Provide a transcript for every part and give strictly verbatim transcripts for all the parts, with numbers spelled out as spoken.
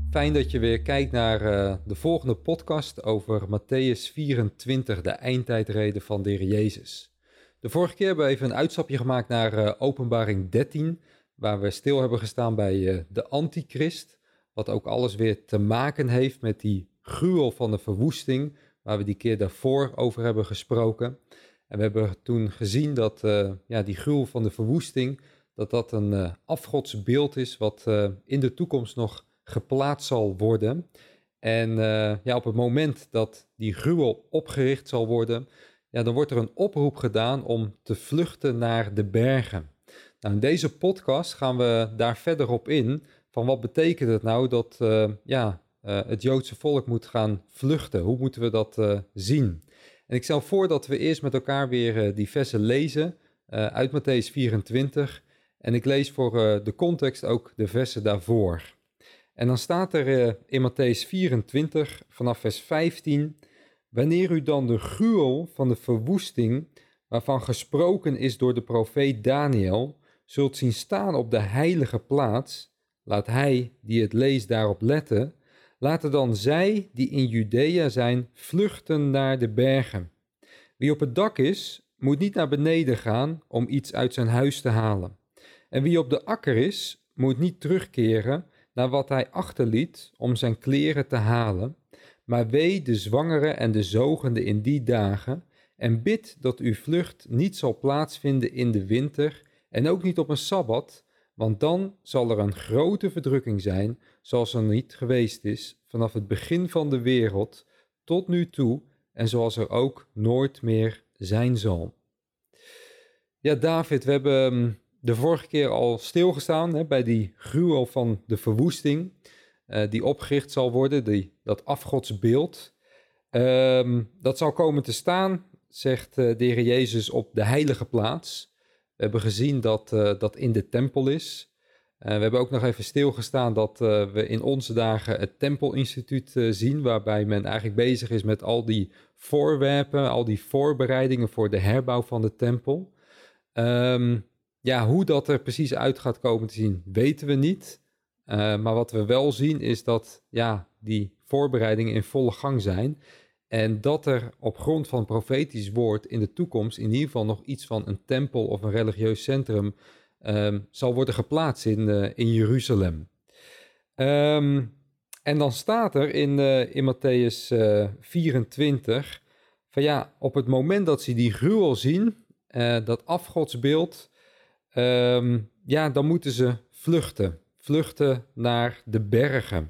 Fijn dat je weer kijkt naar uh, de volgende podcast over Mattheüs vierentwintig, de eindtijdreden van de Heer Jezus. De vorige keer hebben we even een uitstapje gemaakt naar uh, Openbaring dertien, waar we stil hebben gestaan bij uh, de Antichrist, wat ook alles weer te maken heeft met die gruwel van de verwoesting, waar we die keer daarvoor over hebben gesproken. En we hebben toen gezien dat uh, ja, die gruwel van de verwoesting, dat dat een uh, afgodsbeeld is wat uh, in de toekomst nog geplaatst zal worden. En uh, ja, op het moment dat die gruwel opgericht zal worden, ja, dan wordt er een oproep gedaan om te vluchten naar de bergen. Nou, in deze podcast gaan we daar verder op in, van wat betekent het nou dat uh, ja, uh, het Joodse volk moet gaan vluchten? Hoe moeten we dat uh, zien? En ik stel voor dat we eerst met elkaar weer uh, die versen lezen uh, uit Mattheüs vierentwintig. En ik lees voor uh, de context ook de versen daarvoor. En dan staat er uh, in Mattheüs vierentwintig vanaf vers vijftien... Wanneer u dan de gruwel van de verwoesting, waarvan gesproken is door de profeet Daniel, zult zien staan op de heilige plaats, laat hij die het leest daarop letten, laten dan zij die in Judea zijn vluchten naar de bergen. Wie op het dak is, moet niet naar beneden gaan om iets uit zijn huis te halen. En wie op de akker is, moet niet terugkeren naar wat hij achterliet om zijn kleren te halen. Maar wee de zwangere en de zogende in die dagen, en bid dat uw vlucht niet zal plaatsvinden in de winter en ook niet op een sabbat, want dan zal er een grote verdrukking zijn, zoals er niet geweest is, vanaf het begin van de wereld tot nu toe, en zoals er ook nooit meer zijn zal. Ja, David, we hebben de vorige keer al stilgestaan hè, bij die gruwel van de verwoesting, uh, die opgericht zal worden, die, dat afgodsbeeld. Um, dat zal komen te staan, zegt uh, de Heer Jezus, op de heilige plaats. We hebben gezien dat uh, dat in de tempel is. Uh, we hebben ook nog even stilgestaan dat uh, we in onze dagen het Tempelinstituut uh, zien, waarbij men eigenlijk bezig is met al die voorwerpen, al die voorbereidingen voor de herbouw van de tempel. Um, ja, hoe dat er precies uit gaat komen te zien, weten we niet. Uh, maar wat we wel zien is dat ja, die voorbereidingen in volle gang zijn. En dat er op grond van profetisch woord in de toekomst in ieder geval nog iets van een tempel of een religieus centrum um, zal worden geplaatst in, uh, in Jeruzalem. Um, en dan staat er in, uh, in Mattheüs uh, vierentwintig van ja, op het moment dat ze die gruwel zien, uh, dat afgodsbeeld, um, ja, dan moeten ze vluchten. Vluchten naar de bergen.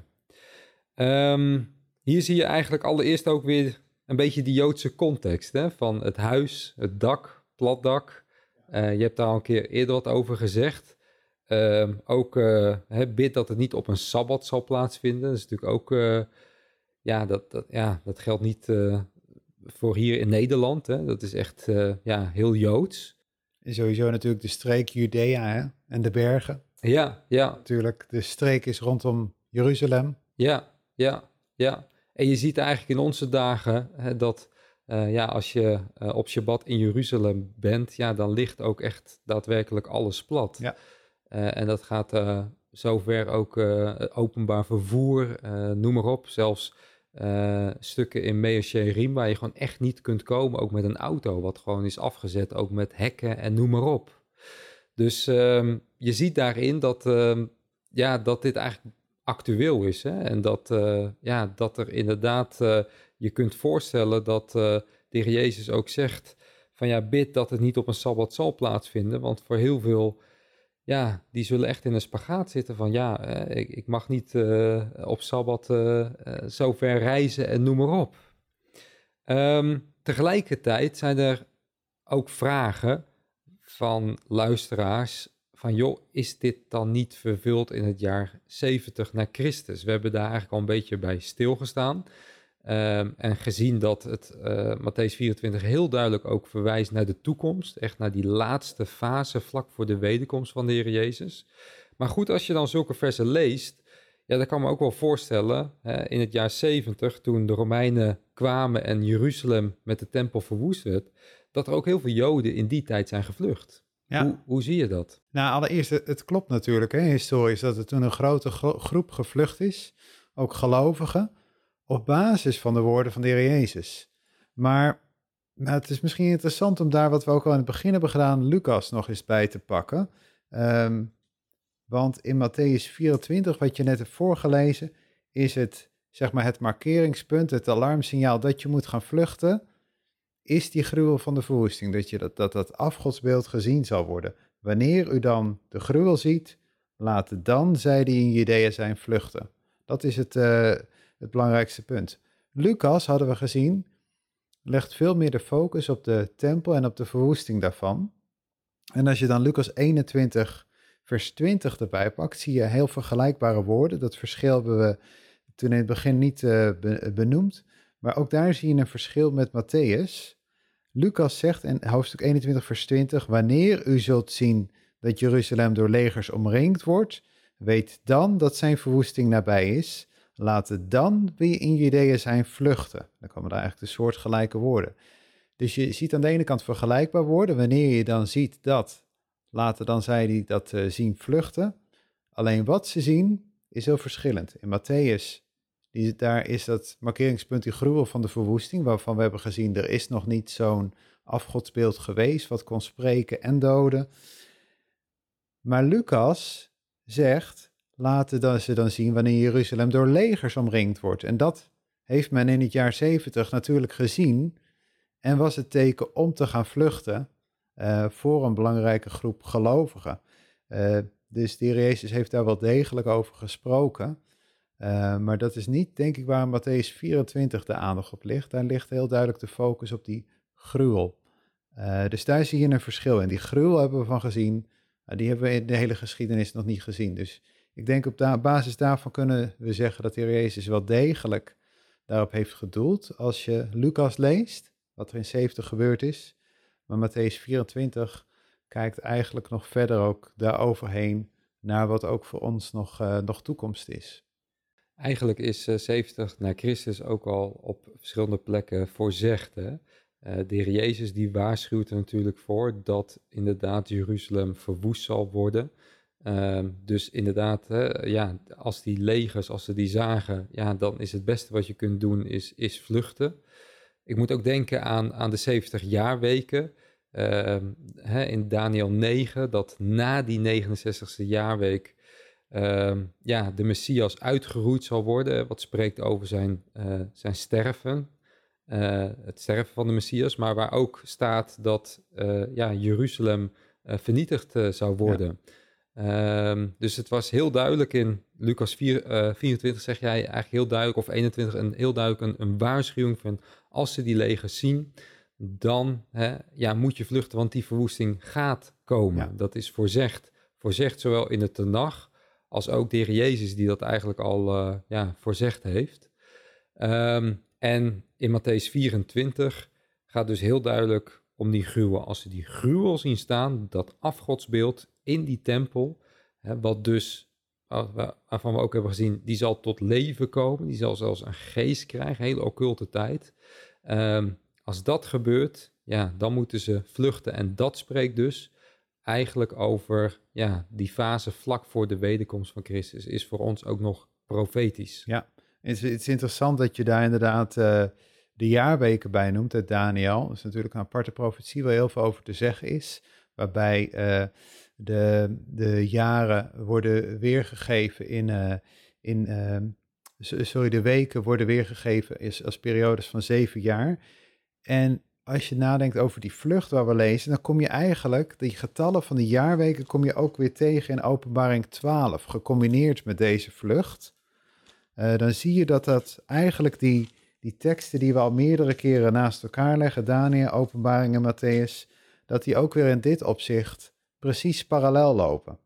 Um, hier zie je eigenlijk allereerst ook weer een beetje die Joodse context, hè, van het huis, het dak, plat dak. Uh, je hebt daar al een keer eerder wat over gezegd. Uh, ook uh, he, bid dat het niet op een sabbat zal plaatsvinden. Dat is natuurlijk ook, uh, ja, dat, dat, ja, dat geldt niet uh, voor hier in Nederland. Hè. Dat is echt uh, ja, heel Joods. En sowieso natuurlijk de streek Judea hè, en de bergen. Ja, ja. Natuurlijk, de streek is rondom Jeruzalem. Ja, ja, ja. En je ziet eigenlijk in onze dagen hè, dat uh, ja, als je uh, op Shabbat in Jeruzalem bent, ja, dan ligt ook echt daadwerkelijk alles plat. Ja. Uh, en dat gaat uh, zover ook uh, openbaar vervoer, uh, noem maar op. Zelfs uh, stukken in Mea Shearim waar je gewoon echt niet kunt komen, ook met een auto wat gewoon is afgezet, ook met hekken en noem maar op. Dus um, je ziet daarin dat, uh, ja, dat dit eigenlijk actueel is. Hè? En dat, uh, ja, dat er inderdaad, uh, je kunt voorstellen dat uh, de Heer Jezus ook zegt van ja, bid dat het niet op een Sabbat zal plaatsvinden. Want voor heel veel, ja, die zullen echt in een spagaat zitten van ja, uh, ik, ik mag niet uh, op Sabbat uh, uh, zo ver reizen en noem maar op. Um, tegelijkertijd zijn er ook vragen van luisteraars van joh, is dit dan niet vervuld in het jaar zeventig na Christus? We hebben daar eigenlijk al een beetje bij stilgestaan um, en gezien dat het uh, Mattheüs vierentwintig heel duidelijk ook verwijst naar de toekomst, echt naar die laatste fase vlak voor de wederkomst van de Heer Jezus. Maar goed, als je dan zulke versen leest, ja, dan kan me ook wel voorstellen, hè, in het jaar zeventig, toen de Romeinen kwamen en Jeruzalem met de tempel verwoest werd, dat er ook heel veel Joden in die tijd zijn gevlucht. Ja. Hoe, hoe zie je dat? Nou, allereerst, het, het klopt natuurlijk, hè, historisch, dat er toen een grote gro- groep gevlucht is. ook gelovigen, op basis van de woorden van de Heer Jezus. Maar nou, het is misschien interessant om daar wat we ook al in het begin hebben gedaan, Lucas nog eens bij te pakken. Um, want in Matthäus vierentwintig, wat je net hebt voorgelezen, is het, zeg maar, het markeringspunt, het alarmsignaal dat je moet gaan vluchten, is die gruwel van de verwoesting, dat je dat, dat, dat afgodsbeeld gezien zal worden. Wanneer u dan de gruwel ziet, laat dan, zij die in Judea zijn, vluchten. Dat is het, uh, het belangrijkste punt. Lucas, hadden we gezien, legt veel meer de focus op de tempel en op de verwoesting daarvan. En als je dan Lucas eenentwintig, vers twintig erbij pakt, zie je heel vergelijkbare woorden. Dat verschil hebben we toen in het begin niet uh, benoemd. Maar ook daar zie je een verschil met Matthäus. Lucas zegt in hoofdstuk eenentwintig, vers twintig, wanneer u zult zien dat Jeruzalem door legers omringd wordt, weet dan dat zijn verwoesting nabij is. Laten dan wie in Judea zijn vluchten. Dan komen er eigenlijk de soortgelijke woorden. Dus je ziet aan de ene kant vergelijkbaar worden. Wanneer je dan ziet dat, laten dan zij die dat uh, zien vluchten. Alleen wat ze zien is heel verschillend. In Matthäus, die, daar is dat markeringspunt die gruwel van de verwoesting, waarvan we hebben gezien, er is nog niet zo'n afgodsbeeld geweest, wat kon spreken en doden. Maar Lucas zegt, laten dan ze dan zien wanneer Jeruzalem door legers omringd wordt. En dat heeft men in het jaar zeventig natuurlijk gezien en was het teken om te gaan vluchten uh, voor een belangrijke groep gelovigen. Uh, dus de Heer Jezus heeft daar wel degelijk over gesproken. Uh, maar dat is niet, denk ik, waar Matthäus vierentwintig de aandacht op ligt. Daar ligt heel duidelijk de focus op die gruwel. Uh, dus daar zie je een verschil in. Die gruwel hebben we van gezien, uh, die hebben we in de hele geschiedenis nog niet gezien. Dus ik denk op da- basis daarvan kunnen we zeggen dat de Heer Jezus wel degelijk daarop heeft gedoeld. Als je Lucas leest, wat er in zeventig gebeurd is, maar Matthäus vierentwintig kijkt eigenlijk nog verder ook daaroverheen naar wat ook voor ons nog, uh, nog toekomst is. Eigenlijk is uh, zeventig na Christus ook al op verschillende plekken voorzegd. Hè? Uh, de Heer Jezus die waarschuwt er natuurlijk voor dat inderdaad Jeruzalem verwoest zal worden. Uh, dus inderdaad, hè, ja, als die legers, als ze die zagen, ja, dan is het beste wat je kunt doen is, is vluchten. Ik moet ook denken aan, aan de zeventig jaarweken. Uh, hè, in Daniël negen, dat na die negenenzestigste jaarweek Uh, ja, de Messias uitgeroeid zal worden, wat spreekt over zijn, uh, zijn sterven, uh, het sterven van de Messias, maar waar ook staat dat uh, ja, Jeruzalem uh, vernietigd uh, zou worden. Ja. Uh, dus het was heel duidelijk in Lucas vier, uh, vierentwintig, zeg jij eigenlijk heel duidelijk, of eenentwintig, een, heel duidelijk een, een waarschuwing van als ze die legers zien, dan hè, ja, moet je vluchten, want die verwoesting gaat komen. Ja. Dat is voorzegd, voorzegd zowel in de Tenach als ook de Heer Jezus die dat eigenlijk al uh, ja, voorzegd heeft. Um, en in Matthäus vierentwintig gaat dus heel duidelijk om die gruwel. Als ze die gruwel zien staan, dat afgodsbeeld in die tempel, hè, wat dus, waarvan we ook hebben gezien, die zal tot leven komen, die zal zelfs een geest krijgen, hele occulte tijd. Um, als dat gebeurt, ja, dan moeten ze vluchten en dat spreekt dus eigenlijk over ja, die fase vlak voor de wederkomst van Christus is voor ons ook nog profetisch. Ja, het is, het is interessant dat je daar inderdaad uh, de jaarweken bij noemt uit Daniël. Dat is natuurlijk een aparte profetie waar heel veel over te zeggen is, waarbij uh, de, de jaren worden weergegeven in, uh, in uh, sorry, de weken worden weergegeven is als periodes van zeven jaar. En als je nadenkt over die vlucht waar we lezen, dan kom je eigenlijk, die getallen van die jaarweken kom je ook weer tegen in Openbaring twaalf, gecombineerd met deze vlucht. Uh, dan zie je dat dat eigenlijk die, die teksten die we al meerdere keren naast elkaar leggen, Daniël, Openbaring en Matthäus, dat die ook weer in dit opzicht precies parallel lopen.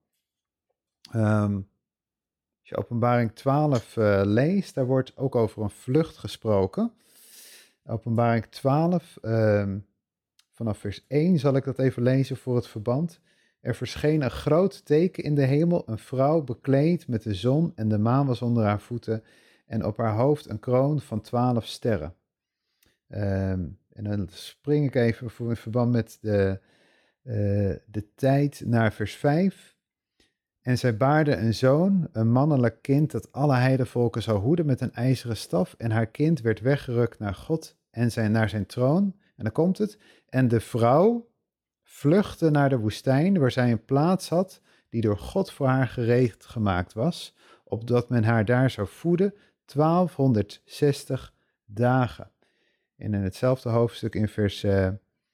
Um, als je Openbaring twaalf uh, leest, daar wordt ook over een vlucht gesproken. Openbaring twaalf, uh, vanaf vers één zal ik dat even lezen voor het verband. Er verscheen een groot teken in de hemel, een vrouw bekleed met de zon en de maan was onder haar voeten en op haar hoofd een kroon van twaalf sterren. Uh, en dan spring ik even voor in verband met de, uh, de tijd naar vers vijf. En zij baarde een zoon, een mannelijk kind dat alle heidenvolken zou hoeden met een ijzeren staf. En haar kind werd weggerukt naar God en zijn, naar zijn troon. En dan komt het. En de vrouw vluchtte naar de woestijn, waar zij een plaats had die door God voor haar gereed gemaakt was, opdat men haar daar zou voeden twaalfhonderdzestig dagen. En in hetzelfde hoofdstuk in vers uh,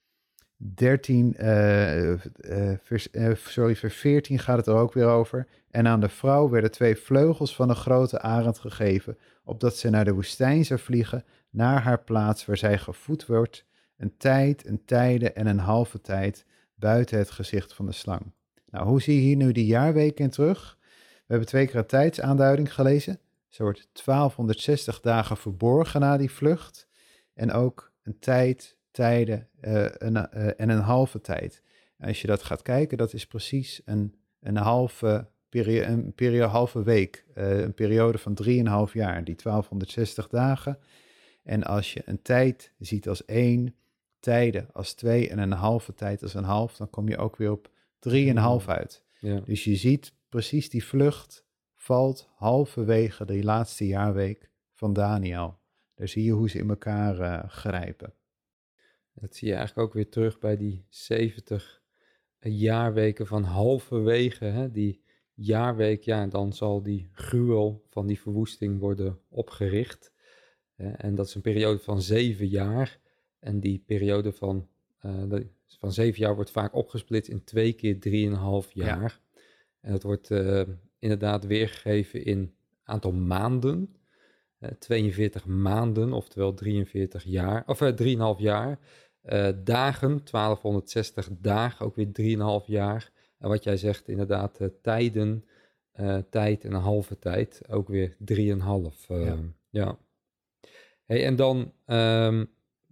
dertien, uh, uh, vers, uh, sorry, vers veertien gaat het er ook weer over. En aan de vrouw werden twee vleugels van een grote arend gegeven, opdat ze naar de woestijn zou vliegen, naar haar plaats waar zij gevoed wordt, een tijd, een tijde en een halve tijd, buiten het gezicht van de slang. Nou, hoe zie je hier nu die jaarweken in terug? We hebben twee keer een tijdsaanduiding gelezen. Ze wordt twaalfhonderdzestig dagen verborgen na die vlucht. En ook een tijd, tijden uh, een, uh, en een halve tijd. En als je dat gaat kijken, dat is precies een, een halve periode, een periode, halve week. Uh, een periode van drieënhalf jaar, die twaalfhonderdzestig dagen. En als je een tijd ziet als één, tijden als twee en een halve tijd als een half, dan kom je ook weer op drieënhalf uit. Ja. Dus je ziet precies die vlucht valt halverwege de laatste jaarweek van Daniel. Daar zie je hoe ze in elkaar uh, grijpen. Dat zie je eigenlijk ook weer terug bij die zeventig jaarweken van halverwege. Hè? Die jaarweek, ja, dan zal die gruwel van die verwoesting worden opgericht. Hè? En dat is een periode van zeven jaar. En die periode van, uh, de, van zeven jaar wordt vaak opgesplitst in twee keer drieënhalf jaar. Ja. En dat wordt uh, inderdaad weergegeven in aantal maanden. Uh, tweeënveertig maanden, oftewel drieënveertig jaar, of uh, drieënhalf jaar. Uh, dagen, twaalfhonderdzestig dagen, ook weer drieënhalf jaar. En wat jij zegt, inderdaad, uh, tijden, uh, tijd en een halve tijd, ook weer drieënhalf. Uh, ja. ja. Hey, en dan um,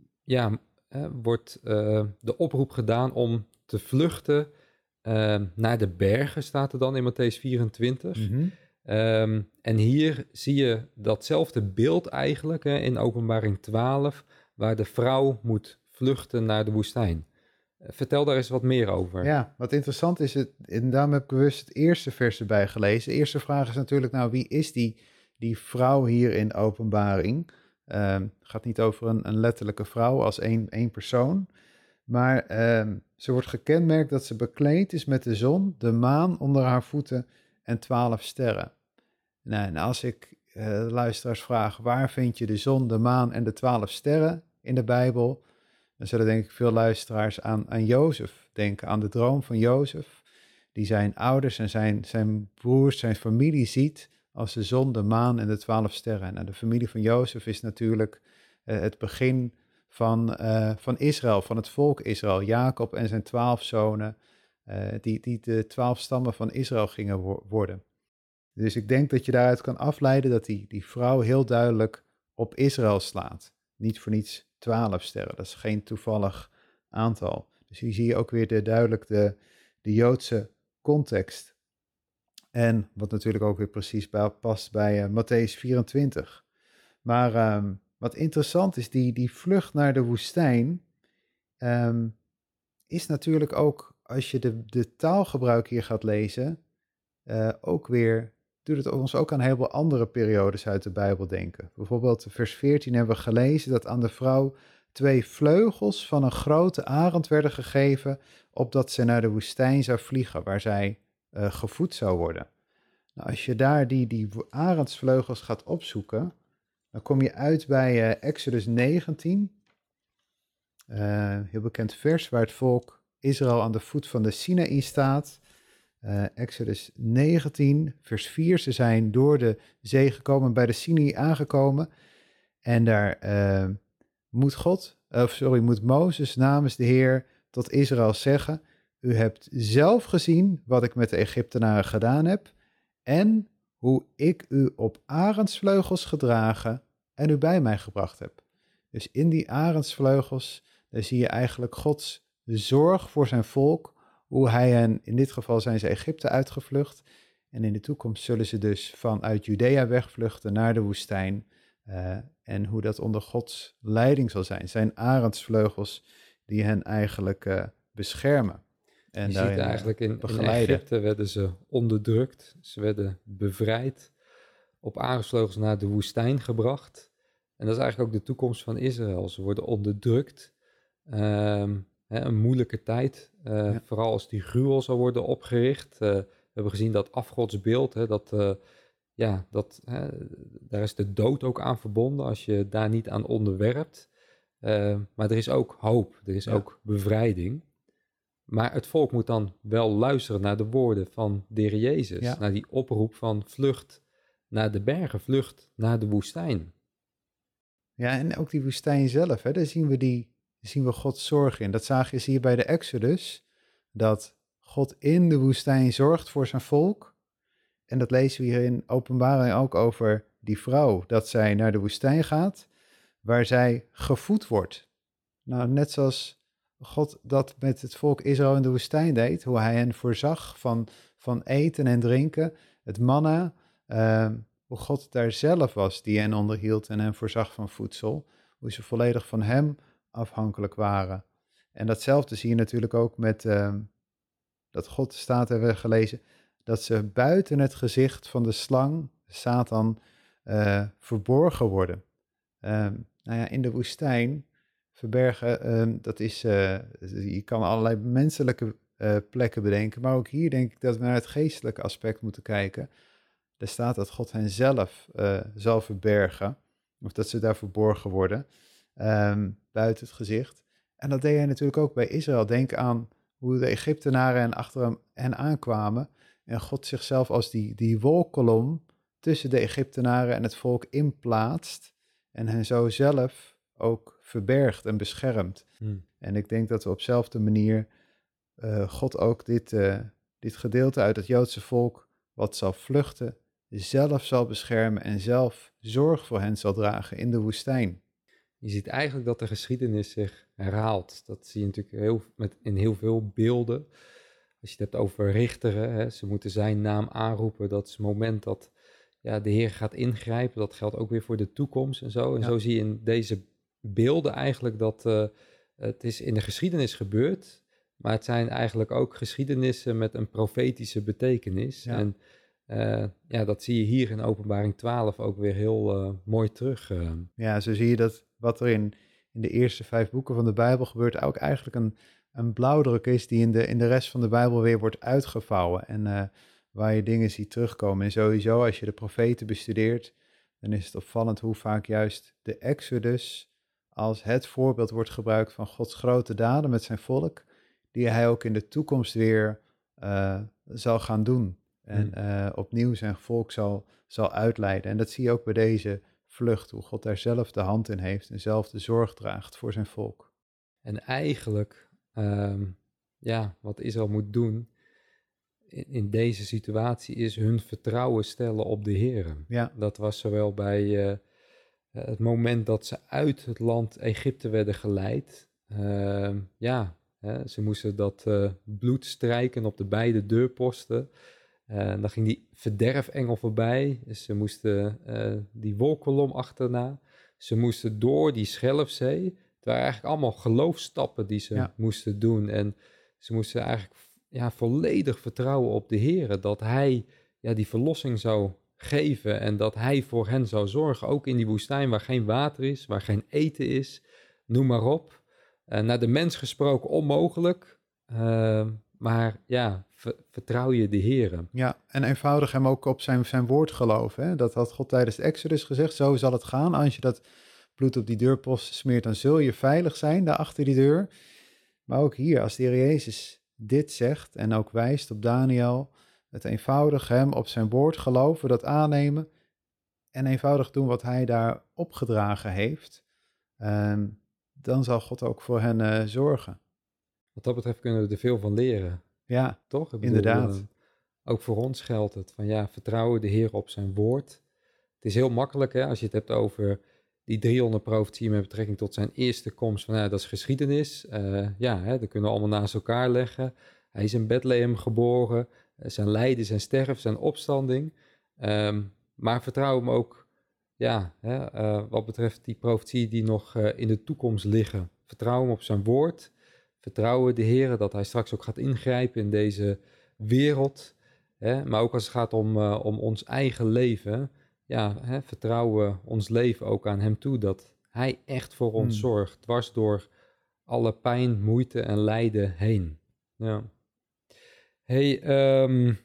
ja, uh, wordt uh, de oproep gedaan om te vluchten uh, naar de bergen, staat er dan in Mattheüs vierentwintig. Mm-hmm. Um, en hier zie je datzelfde beeld eigenlijk hè, in Openbaring twaalf, waar de vrouw moet vluchten naar de woestijn. Uh, vertel daar eens wat meer over. Ja, wat interessant is, het, en daarom heb ik bewust het eerste vers erbij gelezen. De eerste vraag is natuurlijk, nou, wie is die, die vrouw hier in Openbaring? Het um, gaat niet over een, een letterlijke vrouw als één, één persoon, maar um, ze wordt gekenmerkt dat ze bekleed is met de zon, de maan onder haar voeten en twaalf sterren. Nou, en als ik uh, de luisteraars vraag, waar vind je de zon, de maan en de twaalf sterren in de Bijbel, dan zullen denk ik veel luisteraars aan, aan Jozef denken, aan de droom van Jozef, die zijn ouders en zijn, zijn broers, zijn familie ziet als de zon, de maan en de twaalf sterren. Nou, de familie van Jozef is natuurlijk uh, het begin van, uh, van Israël, van het volk Israël. Jacob en zijn twaalf zonen, uh, die, die de twaalf stammen van Israël gingen wo- worden. Dus ik denk dat je daaruit kan afleiden dat die, die vrouw heel duidelijk op Israël slaat. Niet voor niets twaalf sterren, dat is geen toevallig aantal. Dus hier zie je ook weer de, duidelijk de, de Joodse context. En wat natuurlijk ook weer precies bij, past bij uh, Mattheüs vierentwintig. Maar um, wat interessant is, die, die vlucht naar de woestijn um, is natuurlijk ook, als je de, de taalgebruik hier gaat lezen, uh, ook weer, doet het ons ook aan heel veel andere periodes uit de Bijbel denken. Bijvoorbeeld vers veertien hebben we gelezen dat aan de vrouw twee vleugels van een grote arend werden gegeven, opdat ze naar de woestijn zou vliegen, waar zij Uh, gevoed zou worden. Nou, als je daar die, die arendsvleugels gaat opzoeken, dan kom je uit bij uh, Exodus negentien. Uh, heel bekend vers waar het volk Israël aan de voet van de Sinaï staat. Uh, Exodus negentien, vers vier. Ze zijn door de zee gekomen, bij de Sinaï aangekomen. En daar uh, moet God, of sorry, moet Mozes namens de Heer tot Israël zeggen: u hebt zelf gezien wat ik met de Egyptenaren gedaan heb en hoe ik u op arendsvleugels gedragen en u bij mij gebracht heb. Dus in die arendsvleugels, daar zie je eigenlijk Gods zorg voor zijn volk, hoe hij hen, in dit geval zijn ze Egypte uitgevlucht en in de toekomst zullen ze dus vanuit Judea wegvluchten naar de woestijn uh, en hoe dat onder Gods leiding zal zijn. Zijn arendsvleugels die hen eigenlijk uh, beschermen. En Je ziet daarin uh, eigenlijk in, in begeleiden. Egypte werden ze onderdrukt, ze werden bevrijd, op aardsvleugels naar de woestijn gebracht. En dat is eigenlijk ook de toekomst van Israël. Ze worden onderdrukt, um, hè, een moeilijke tijd, uh, Ja. vooral als die gruwel zal worden opgericht. Uh, we hebben gezien dat afgodsbeeld, hè, dat, uh, ja, dat, hè, daar is de dood ook aan verbonden als je daar niet aan onderwerpt. Uh, maar er is ook hoop, er is ja. ook bevrijding. Maar het volk moet dan wel luisteren naar de woorden van de Heer Jezus. Ja. Naar die oproep van vlucht naar de bergen, vlucht naar de woestijn. Ja, en ook die woestijn zelf, hè, daar zien we, die, daar zien we Gods zorg in. Dat zag je, zie je bij de Exodus, dat God in de woestijn zorgt voor zijn volk. En dat lezen we hier in Openbaring ook over die vrouw, dat zij naar de woestijn gaat, waar zij gevoed wordt. Nou, net zoals God dat met het volk Israël in de woestijn deed, hoe hij hen voorzag van, van eten en drinken, het manna, uh, hoe God daar zelf was die hen onderhield en hen voorzag van voedsel, hoe ze volledig van hem afhankelijk waren. En datzelfde zie je natuurlijk ook met, uh, dat God staat, hebben we gelezen, dat ze buiten het gezicht van de slang, Satan, uh, verborgen worden. Uh, nou ja, in de woestijn verbergen, uh, dat is, uh, je kan allerlei menselijke uh, plekken bedenken, maar ook hier denk ik dat we naar het geestelijke aspect moeten kijken. Er staat dat God hen zelf uh, zal verbergen, of dat ze daar verborgen worden, um, buiten het gezicht. En dat deed hij natuurlijk ook bij Israël. Denk aan hoe de Egyptenaren hen achter hem, hen aankwamen en God zichzelf als die, die wolkolom tussen de Egyptenaren en het volk inplaatst en hen zo zelf ook verbergt en beschermt. Hmm. En ik denk dat we op dezelfde manier uh, God ook dit, uh, dit gedeelte uit het Joodse volk wat zal vluchten, zelf zal beschermen en zelf zorg voor hen zal dragen in de woestijn. Je ziet eigenlijk dat de geschiedenis zich herhaalt. Dat zie je natuurlijk heel, met, in heel veel beelden. Als je het hebt over richteren, hè, ze moeten zijn naam aanroepen. Dat is het moment dat ja, de Heer gaat ingrijpen. Dat geldt ook weer voor de toekomst en zo. En ja. zo zie je in deze beelden eigenlijk dat uh, het is in de geschiedenis gebeurd. Maar het zijn eigenlijk ook geschiedenissen met een profetische betekenis. Ja. En uh, ja, dat zie je hier in Openbaring twaalf ook weer heel uh, mooi terug. Uh. Ja, zo zie je dat wat er in, in de eerste vijf boeken van de Bijbel gebeurt, ook eigenlijk een, een blauwdruk is die in de, in de rest van de Bijbel weer wordt uitgevouwen. En uh, waar je dingen ziet terugkomen. En sowieso, als je de profeten bestudeert, dan is het opvallend hoe vaak juist de Exodus als het voorbeeld wordt gebruikt van Gods grote daden met zijn volk, die hij ook in de toekomst weer uh, zal gaan doen. En uh, opnieuw zijn volk zal, zal uitleiden. En dat zie je ook bij deze vlucht, hoe God daar zelf de hand in heeft en zelf de zorg draagt voor zijn volk. En eigenlijk, um, ja, wat Israël moet doen in, in deze situatie is hun vertrouwen stellen op de Heer. Ja. Dat was zowel bij uh, het moment dat ze uit het land Egypte werden geleid. Uh, ja, hè, ze moesten dat uh, bloed strijken op de beide deurposten. Uh, dan ging die verderfengel voorbij. Ze moesten uh, die wolkolom achterna. Ze moesten door die Schelfzee. Het waren eigenlijk allemaal geloofstappen die ze ja. moesten doen. En ze moesten eigenlijk ja, volledig vertrouwen op de Heer. Dat Hij ja, die verlossing zou geven. En dat Hij voor hen zou zorgen. Ook in die woestijn waar geen water is, waar geen eten is. Noem maar op. Uh, naar de mens gesproken onmogelijk. Uh, maar ja, ver, vertrouw je de Heer. Ja, en eenvoudig hem ook op zijn, zijn woord geloven. Hè? Dat had God tijdens de Exodus gezegd. Zo zal het gaan. Als je dat bloed op die deurpost smeert, dan zul je veilig zijn daar achter die deur. Maar ook hier, als de Heer Jezus dit zegt en ook wijst op Daniel, het eenvoudig hem op zijn woord geloven, dat aannemen en eenvoudig doen wat hij daar opgedragen heeft, um, dan zal God ook voor hen uh, zorgen. Wat dat betreft kunnen we er veel van leren. Ja, toch? Ik bedoel, inderdaad. Uh, ook voor ons geldt het van ja, vertrouwen de Heer op zijn woord. Het is heel makkelijk hè, als je het hebt over die driehonderd profetieën met betrekking tot zijn eerste komst. Van ja, dat is geschiedenis. Uh, ja, hè, dat kunnen we allemaal naast elkaar leggen. Hij is in Bethlehem geboren. Uh, zijn lijden, zijn sterf, zijn opstanding. Um, maar vertrouw hem ook, ja, hè, uh, wat betreft die profetieën die nog uh, in de toekomst liggen. Vertrouw hem op zijn woord. vertrouwen de Heer dat hij straks ook gaat ingrijpen in deze wereld. Hè? Maar ook als het gaat om, uh, om ons eigen leven, ja, hè, vertrouwen we ons leven ook aan hem toe, dat hij echt voor ons Hmm. zorgt, dwars door alle pijn, moeite en lijden heen. Ja. Hey, um,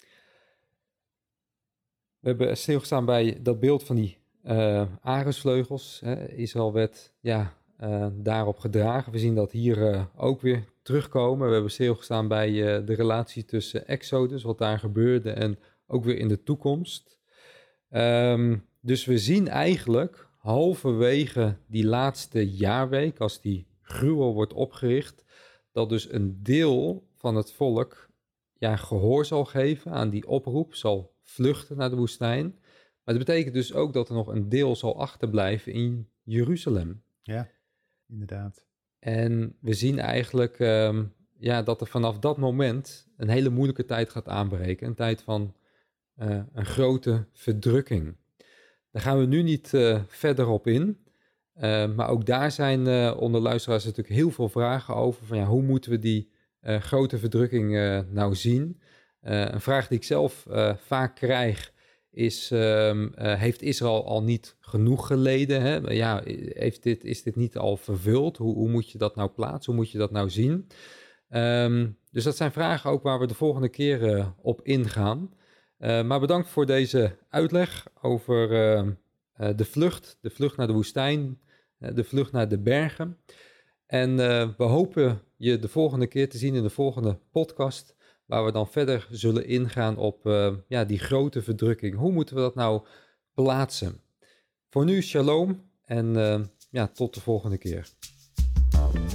we hebben stilgestaan bij dat beeld van die uh, arendsvleugels. Hè. Israël werd ja, uh, daarop gedragen. We zien dat hier uh, ook weer terugkomen. We hebben stilgestaan bij uh, de relatie tussen Exodus, wat daar gebeurde, en ook weer in de toekomst. Um, dus we zien eigenlijk halverwege die laatste jaarweek, als die gruwel wordt opgericht, dat dus een deel van het volk ja, gehoor zal geven aan die oproep, zal vluchten naar de woestijn. Maar dat betekent dus ook dat er nog een deel zal achterblijven in Jeruzalem. Ja, inderdaad. En we zien eigenlijk um, ja, dat er vanaf dat moment een hele moeilijke tijd gaat aanbreken. Een tijd van uh, een grote verdrukking. Daar gaan we nu niet uh, verder op in. Uh, maar ook daar zijn uh, onder luisteraars natuurlijk heel veel vragen over. Van, ja, hoe moeten we die uh, grote verdrukking uh, nou zien? Uh, een vraag die ik zelf uh, vaak krijg is, um, uh, heeft Israël al niet genoeg geleden? Hè? Ja, heeft dit, is dit niet al vervuld? Hoe, hoe moet je dat nou plaatsen? Hoe moet je dat nou zien? Um, dus dat zijn vragen ook waar we de volgende keer uh, op ingaan. Uh, maar bedankt voor deze uitleg over uh, uh, de vlucht, de vlucht naar de woestijn, uh, de vlucht naar de bergen. En uh, we hopen je de volgende keer te zien in de volgende podcast, waar we dan verder zullen ingaan op uh, ja, die grote verdrukking. Hoe moeten we dat nou plaatsen? Voor nu, shalom en uh, ja, tot de volgende keer.